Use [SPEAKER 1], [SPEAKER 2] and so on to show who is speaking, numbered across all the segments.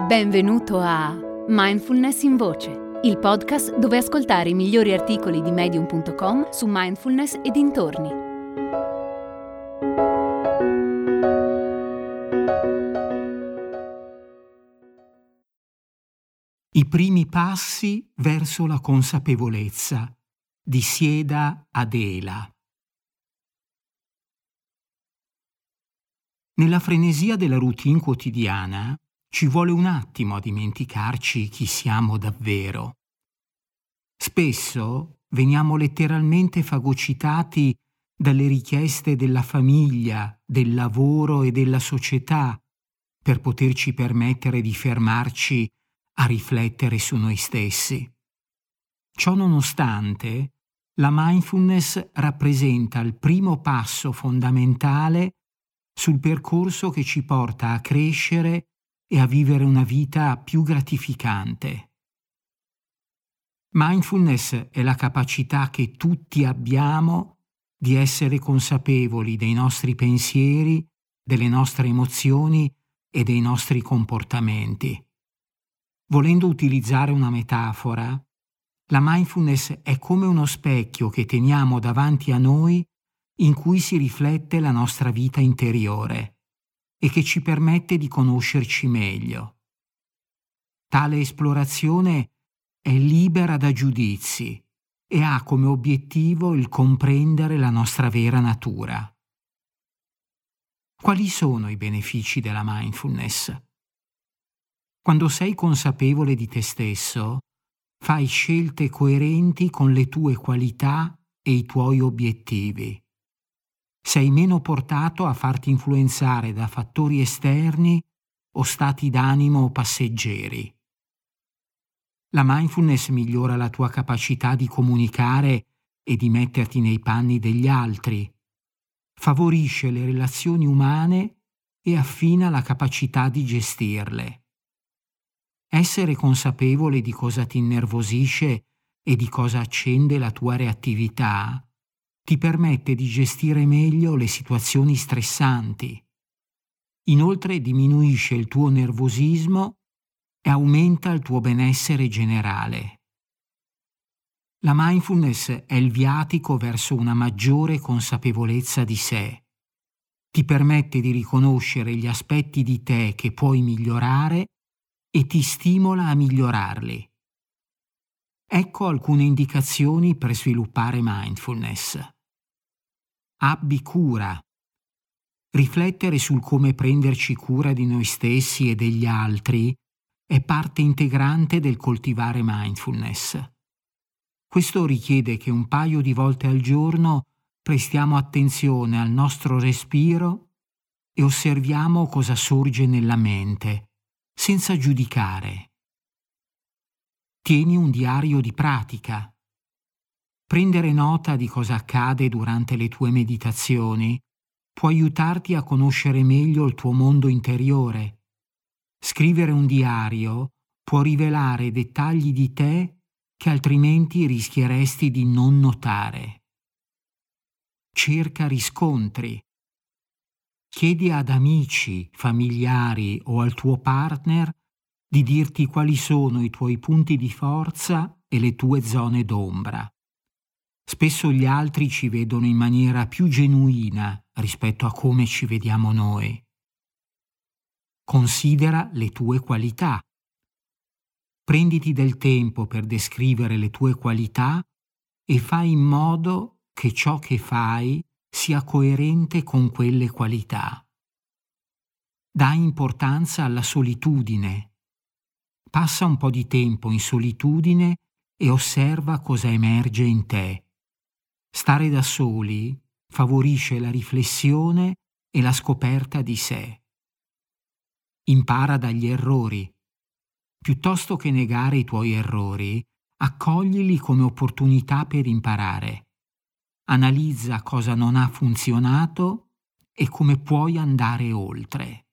[SPEAKER 1] Benvenuto a Mindfulness in Voce, il podcast dove ascoltare i migliori articoli di Medium.com su mindfulness e dintorni.
[SPEAKER 2] I primi passi verso la consapevolezza di Sieda Adela. Nella frenesia della routine quotidiana ci vuole un attimo a dimenticarci chi siamo davvero. Spesso veniamo letteralmente fagocitati dalle richieste della famiglia, del lavoro e della società per poterci permettere di fermarci a riflettere su noi stessi. Ciò nonostante, la mindfulness rappresenta il primo passo fondamentale sul percorso che ci porta a crescere e a vivere una vita più gratificante. Mindfulness è la capacità che tutti abbiamo di essere consapevoli dei nostri pensieri, delle nostre emozioni e dei nostri comportamenti. Volendo utilizzare una metafora, la mindfulness è come uno specchio che teniamo davanti a noi in cui si riflette la nostra vita interiore e che ci permette di conoscerci meglio. Tale esplorazione è libera da giudizi e ha come obiettivo il comprendere la nostra vera natura. Quali sono i benefici della mindfulness? Quando sei consapevole di te stesso, fai scelte coerenti con le tue qualità e i tuoi obiettivi. Sei meno portato a farti influenzare da fattori esterni o stati d'animo passeggeri. La mindfulness migliora la tua capacità di comunicare e di metterti nei panni degli altri, favorisce le relazioni umane e affina la capacità di gestirle. Essere consapevole di cosa ti innervosisce e di cosa accende la tua reattività ti permette di gestire meglio le situazioni stressanti. Inoltre diminuisce il tuo nervosismo e aumenta il tuo benessere generale. La mindfulness è il viatico verso una maggiore consapevolezza di sé. Ti permette di riconoscere gli aspetti di te che puoi migliorare e ti stimola a migliorarli. Ecco alcune indicazioni per sviluppare mindfulness. Abbi cura. Riflettere sul come prenderci cura di noi stessi e degli altri è parte integrante del coltivare mindfulness. Questo richiede che un paio di volte al giorno prestiamo attenzione al nostro respiro e osserviamo cosa sorge nella mente, senza giudicare. Tieni un diario di pratica. Prendere nota di cosa accade durante le tue meditazioni può aiutarti a conoscere meglio il tuo mondo interiore. Scrivere un diario può rivelare dettagli di te che altrimenti rischieresti di non notare. Cerca riscontri. Chiedi ad amici, familiari o al tuo partner di dirti quali sono i tuoi punti di forza e le tue zone d'ombra. Spesso gli altri ci vedono in maniera più genuina rispetto a come ci vediamo noi. Considera le tue qualità. Prenditi del tempo per descrivere le tue qualità e fai in modo che ciò che fai sia coerente con quelle qualità. Dai importanza alla solitudine. Passa un po' di tempo in solitudine e osserva cosa emerge in te. Stare da soli favorisce la riflessione e la scoperta di sé. Impara dagli errori. Piuttosto che negare i tuoi errori, accoglili come opportunità per imparare. Analizza cosa non ha funzionato e come puoi andare oltre.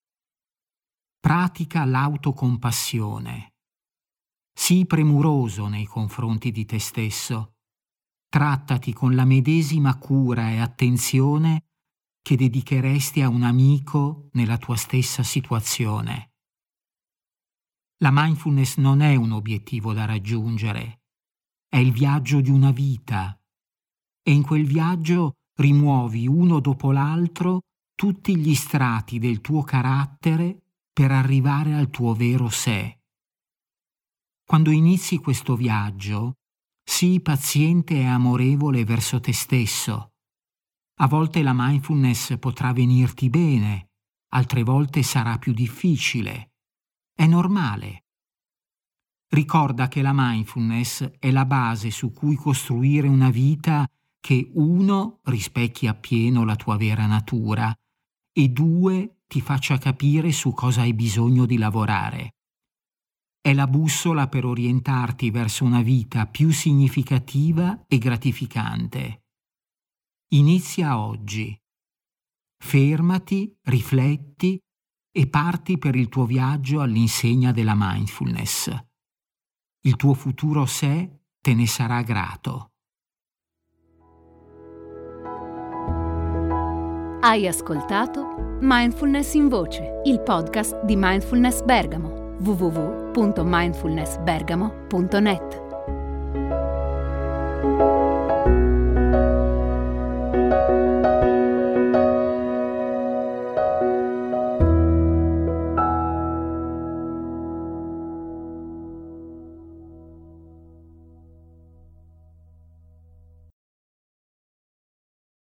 [SPEAKER 2] Pratica l'autocompassione. Sii premuroso nei confronti di te stesso. Trattati con la medesima cura e attenzione che dedicheresti a un amico nella tua stessa situazione. La mindfulness non è un obiettivo da raggiungere, è il viaggio di una vita e in quel viaggio rimuovi uno dopo l'altro tutti gli strati del tuo carattere per arrivare al tuo vero sé. Quando inizi questo viaggio, sii paziente e amorevole verso te stesso. A volte la mindfulness potrà venirti bene, altre volte sarà più difficile. È normale. Ricorda che la mindfulness è la base su cui costruire una vita che 1 rispecchi appieno la tua vera natura e 2 ti faccia capire su cosa hai bisogno di lavorare. È la bussola per orientarti verso una vita più significativa e gratificante. Inizia oggi. Fermati, rifletti e parti per il tuo viaggio all'insegna della mindfulness. Il tuo futuro sé te ne sarà grato.
[SPEAKER 1] Hai ascoltato Mindfulness in Voce, il podcast di Mindfulness Bergamo. www.mindfulnessbergamo.net